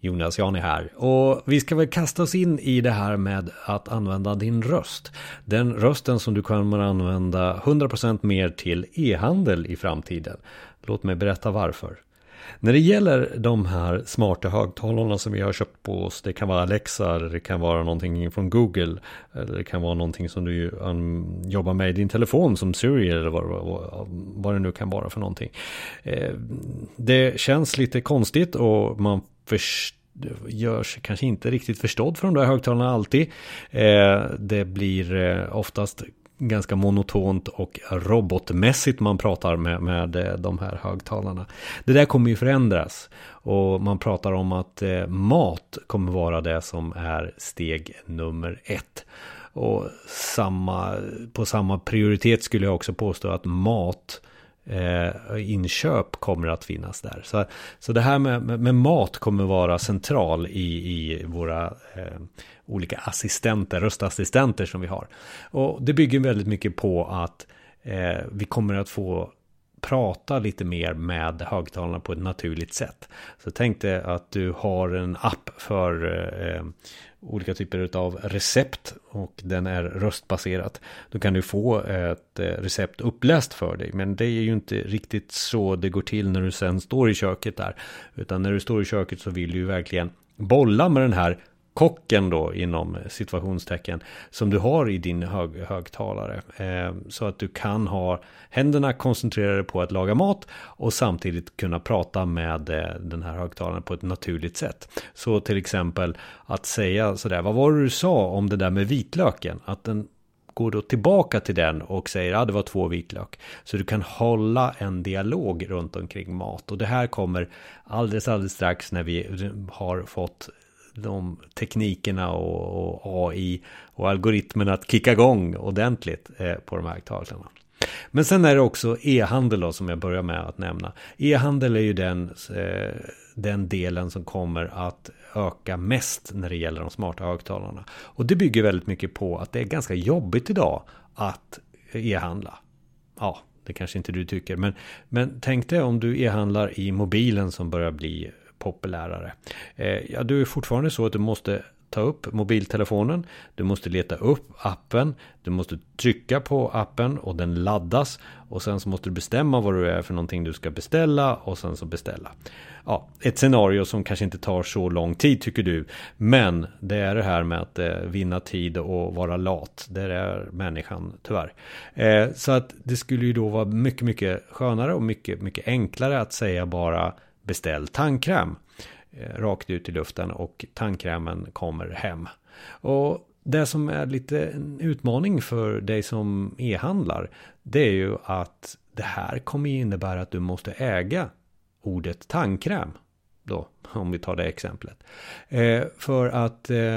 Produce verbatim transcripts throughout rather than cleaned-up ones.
Jonas Jani här. Och vi ska väl kasta oss in i det här med att använda din röst. Den rösten som du kommer använda hundra procent mer till e-handel i framtiden. Låt mig berätta varför. När det gäller de här smarta högtalarna som vi har köpt på oss, det kan vara Alexa, det kan vara någonting från Google, eller det kan vara någonting som du um, jobbar med i din telefon som Siri eller vad, vad, vad det nu kan vara för någonting. Eh, det känns lite konstigt och man förstår gör sig kanske inte riktigt förstådd för de där högtalarna alltid. Eh, det blir eh, oftast ganska monotont och robotmässigt man pratar med, med de här högtalarna. Det där kommer ju förändras och man pratar om att eh, mat kommer vara det som är steg nummer ett. Och samma, på samma prioritet skulle jag också påstå att mat Eh, inköp kommer att finnas där. Så, så det här med, med, med mat kommer vara central i, i våra eh, olika assistenter, röstassistenter som vi har. Och det bygger väldigt mycket på att eh, vi kommer att få prata lite mer med högtalarna på ett naturligt sätt. Så tänk dig att du har en app för eh, olika typer av recept och den är röstbaserat. Då kan du få ett recept uppläst för dig. Men det är ju inte riktigt så det går till när du sen står i köket där. Utan när du står i köket så vill du ju verkligen bolla med den här kocken då inom situationstecken som du har i din hög, högtalare. Eh, så att du kan ha händerna koncentrerade på att laga mat och samtidigt kunna prata med eh, den här högtalaren på ett naturligt sätt. Så till exempel att säga sådär, vad var det du sa om det där med vitlöken? Att den går då tillbaka till den och säger, ja det var två vitlök. Så du kan hålla en dialog runt omkring mat. Och det här kommer alldeles alldeles strax när vi har fått de teknikerna och, och A I och algoritmerna att kicka igång ordentligt eh, på de här högtalarna. Men sen är det också e-handel då, som jag börjar med att nämna. E-handel är ju den, eh, den delen som kommer att öka mest när det gäller de smarta högtalarna. Och det bygger väldigt mycket på att det är ganska jobbigt idag att e-handla. Ja, det kanske inte du tycker. Men, men tänk dig om du e-handlar i mobilen som börjar bli populärare. Eh, ja, du är fortfarande så att du måste ta upp mobiltelefonen, du måste leta upp appen, du måste trycka på appen och den laddas och sen så måste du bestämma vad det är för någonting du ska beställa och sen så beställa. Ja, ett scenario som kanske inte tar så lång tid tycker du, men det är det här med att eh, vinna tid och vara lat. Det är människan tyvärr. Eh, så att det skulle ju då vara mycket mycket skönare och mycket mycket enklare att säga bara beställ tandkräm eh, rakt ut i luften och tandkrämen kommer hem. Och det som är lite en utmaning för dig som e-handlar, det är ju att det här kommer innebära att du måste äga ordet tandkräm då, om vi tar det exemplet. Eh, för att eh,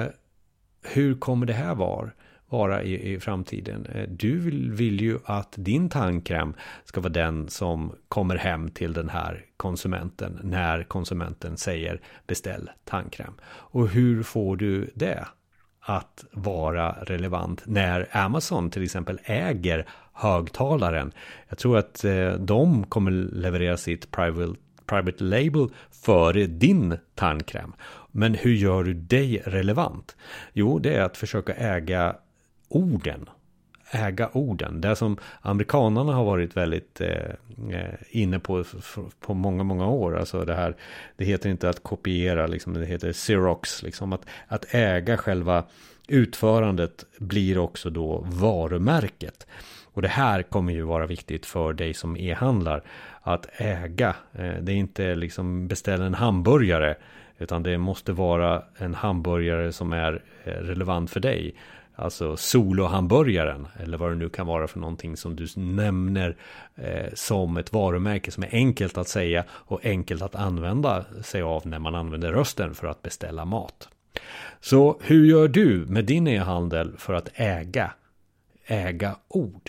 hur kommer det här vara? vara i, i framtiden. Du vill, vill ju att din tandkräm ska vara den som kommer hem till den här konsumenten när konsumenten säger beställ tandkräm. Och hur får du det att vara relevant när Amazon till exempel äger högtalaren? Jag tror att eh, de kommer leverera sitt private, private label före din tandkräm. Men hur gör du dig relevant? Jo, det är att försöka äga orden. Äga orden. Det som amerikanerna har varit väldigt eh, inne på på många, många år. Alltså det här, det heter inte att kopiera, liksom, det heter Xerox. Liksom, att, att äga själva utförandet blir också då varumärket. Och det här kommer ju vara viktigt för dig som e-handlar. Att äga. Eh, det är inte liksom beställa en hamburgare. Utan det måste vara en hamburgare som är relevant för dig. Alltså solohamburgaren eller vad det nu kan vara för någonting som du nämner eh, som ett varumärke som är enkelt att säga och enkelt att använda sig av när man använder rösten för att beställa mat. Så hur gör du med din e-handel för att äga, äga ord?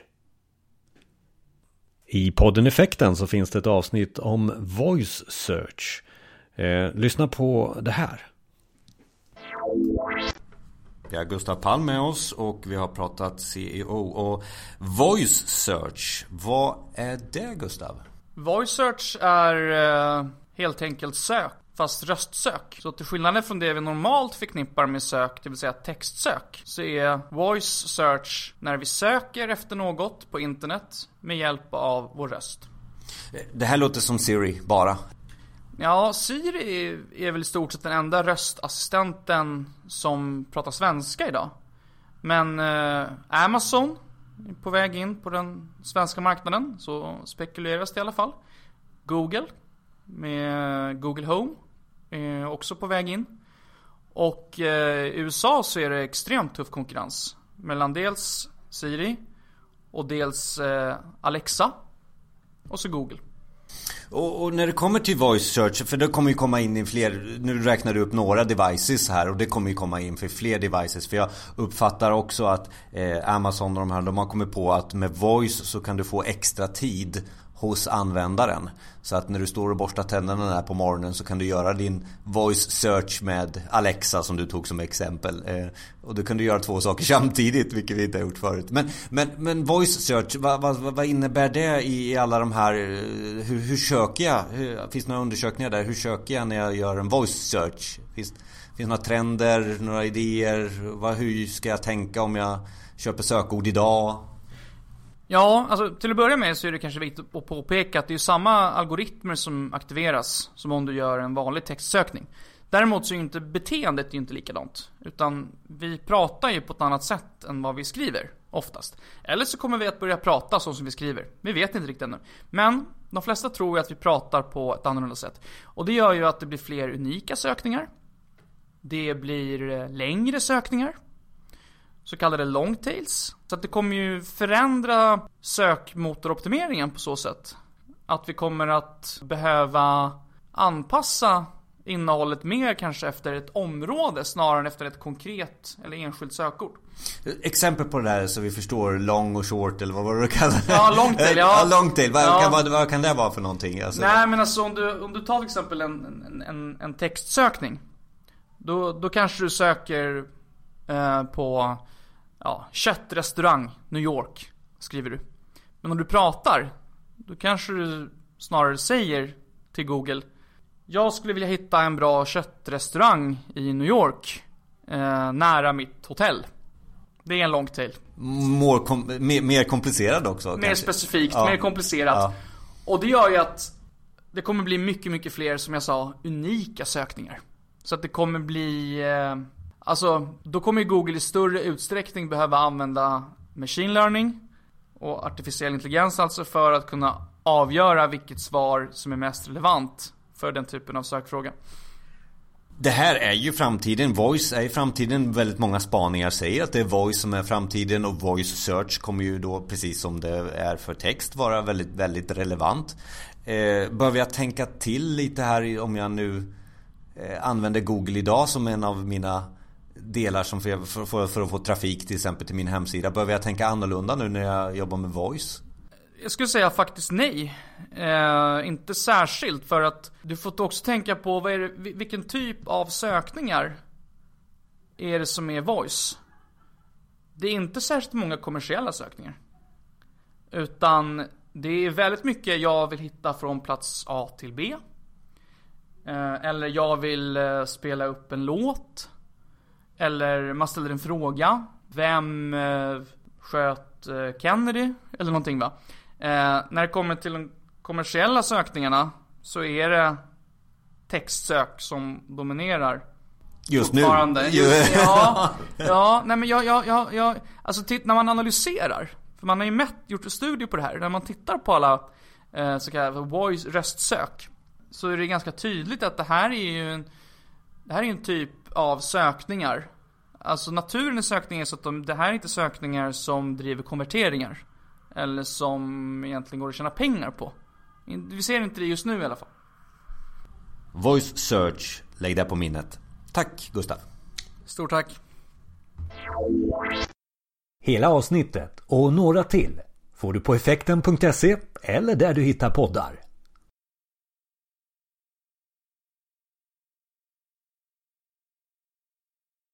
I podden Effekten så finns det ett avsnitt om voice search. Eh, lyssna på det här. Vi har Gustav Palm med oss och vi har pratat C E O och voice search. Vad är det, Gustav? Voice search är eh, helt enkelt sök fast röstsök. Så till skillnad från det vi normalt förknippar med sök, det vill säga textsök, så är voice search när vi söker efter något på internet med hjälp av vår röst. Det här låter som Siri bara. Ja, Siri är väl i stort sett den enda röstassistenten som pratar svenska idag. Men eh, Amazon är på väg in på den svenska marknaden, så spekuleras det i alla fall. Google med Google Home är också på väg in. Och eh, i U S A så är det extremt tuff konkurrens mellan dels Siri och dels eh, Alexa och så Google. Och, och när det kommer till voice search, för det kommer ju komma in i fler, nu räknar du upp några devices här, och det kommer ju komma in för fler devices, för jag uppfattar också att eh, Amazon och de här, de har kommit på att med voice så kan du få extra tid hos användaren. Så att när du står och borstar tänderna där på morgonen så kan du göra din voice search med Alexa som du tog som exempel. Eh, och du kan du göra två saker samtidigt, vilket vi inte har gjort förut. Men, men, men voice search, vad, vad, vad innebär det i, i alla de här, hur, hur söker jag? Hur, finns det några undersökningar där? Hur söker jag när jag gör en voice search? Finns, finns det några trender, några idéer? Vad, hur ska jag tänka om jag köper sökord idag? Ja, alltså till att börja med så är det kanske viktigt att påpeka att det är samma algoritmer som aktiveras som om du gör en vanlig textsökning. Däremot så är inte beteendet inte likadant, utan vi pratar ju på ett annat sätt än vad vi skriver oftast. Eller så kommer vi att börja prata så som vi skriver. Vi vet inte riktigt ännu. Men de flesta tror ju att vi pratar på ett annorlunda sätt. Och det gör ju att det blir fler unika sökningar. Det blir längre sökningar, så kallade long tails. Så att det kommer ju förändra sökmotoroptimeringen på så sätt att vi kommer att behöva anpassa innehållet mer kanske efter ett område snarare än efter ett konkret eller enskilt sökord. Exempel på det där så vi förstår long och short, eller vad var det du kallar det? Ja, long tail, ja. ja long tail. Vad, ja. Kan, vad, vad kan det vara för någonting? Alltså, Nej, men alltså om du, om du tar till exempel en, en, en, en textsökning, då, då kanske du söker eh, på ja, köttrestaurang New York, skriver du. Men om du pratar, då kanske du snarare säger till Google: jag skulle vilja hitta en bra köttrestaurang i New York eh, nära mitt hotell. Det är en long tail. More kom, mer, mer komplicerad också. Mer kanske. specifikt, ja. mer komplicerat. Ja. Och det gör ju att det kommer bli mycket, mycket fler, som jag sa, unika sökningar. Så att det kommer bli eh, alltså, då kommer ju Google i större utsträckning behöva använda machine learning och artificiell intelligens, alltså för att kunna avgöra vilket svar som är mest relevant för den typen av sökfråga. Det här är ju framtiden. Voice är i framtiden. Väldigt många spaningar säger att det är voice som är framtiden, och voice search kommer ju då, precis som det är för text, vara väldigt, väldigt relevant. Eh, behöver jag tänka till lite här om jag nu eh, använder Google idag som en av mina delar som för, för, för att få trafik till exempel till min hemsida? Behöver jag tänka annorlunda nu när jag jobbar med voice? Jag skulle säga faktiskt nej. Eh, inte särskilt, för att du får också tänka på vad är det, vilken typ av sökningar är det som är voice. Det är inte särskilt många kommersiella sökningar, utan det är väldigt mycket jag vill hitta från plats A till B. Eh, eller jag vill eh, spela upp en låt. Eller man ställer en fråga. Vem eh, sköt eh, Kennedy? Eller någonting, va? Eh, när det kommer till de kommersiella sökningarna så är det textsök som dominerar. Just nu. Just, ja, ja, nej men jag, jag, jag, jag alltså titt, när man analyserar, för man har ju mätt, gjort en studie på det här, när man tittar på alla eh, så kallade voice röstsök, så är det ganska tydligt att det här är ju en, det här är en typ av sökningar. Alltså naturen i sökningar är så att de, det här är inte sökningar som driver konverteringar eller som egentligen går att tjäna pengar på. Vi ser inte det just nu i alla fall. Voice search, lägg det på minnet. Tack Gustav. Stort tack. Hela avsnittet och några till får du på effekten punkt se eller där du hittar poddar.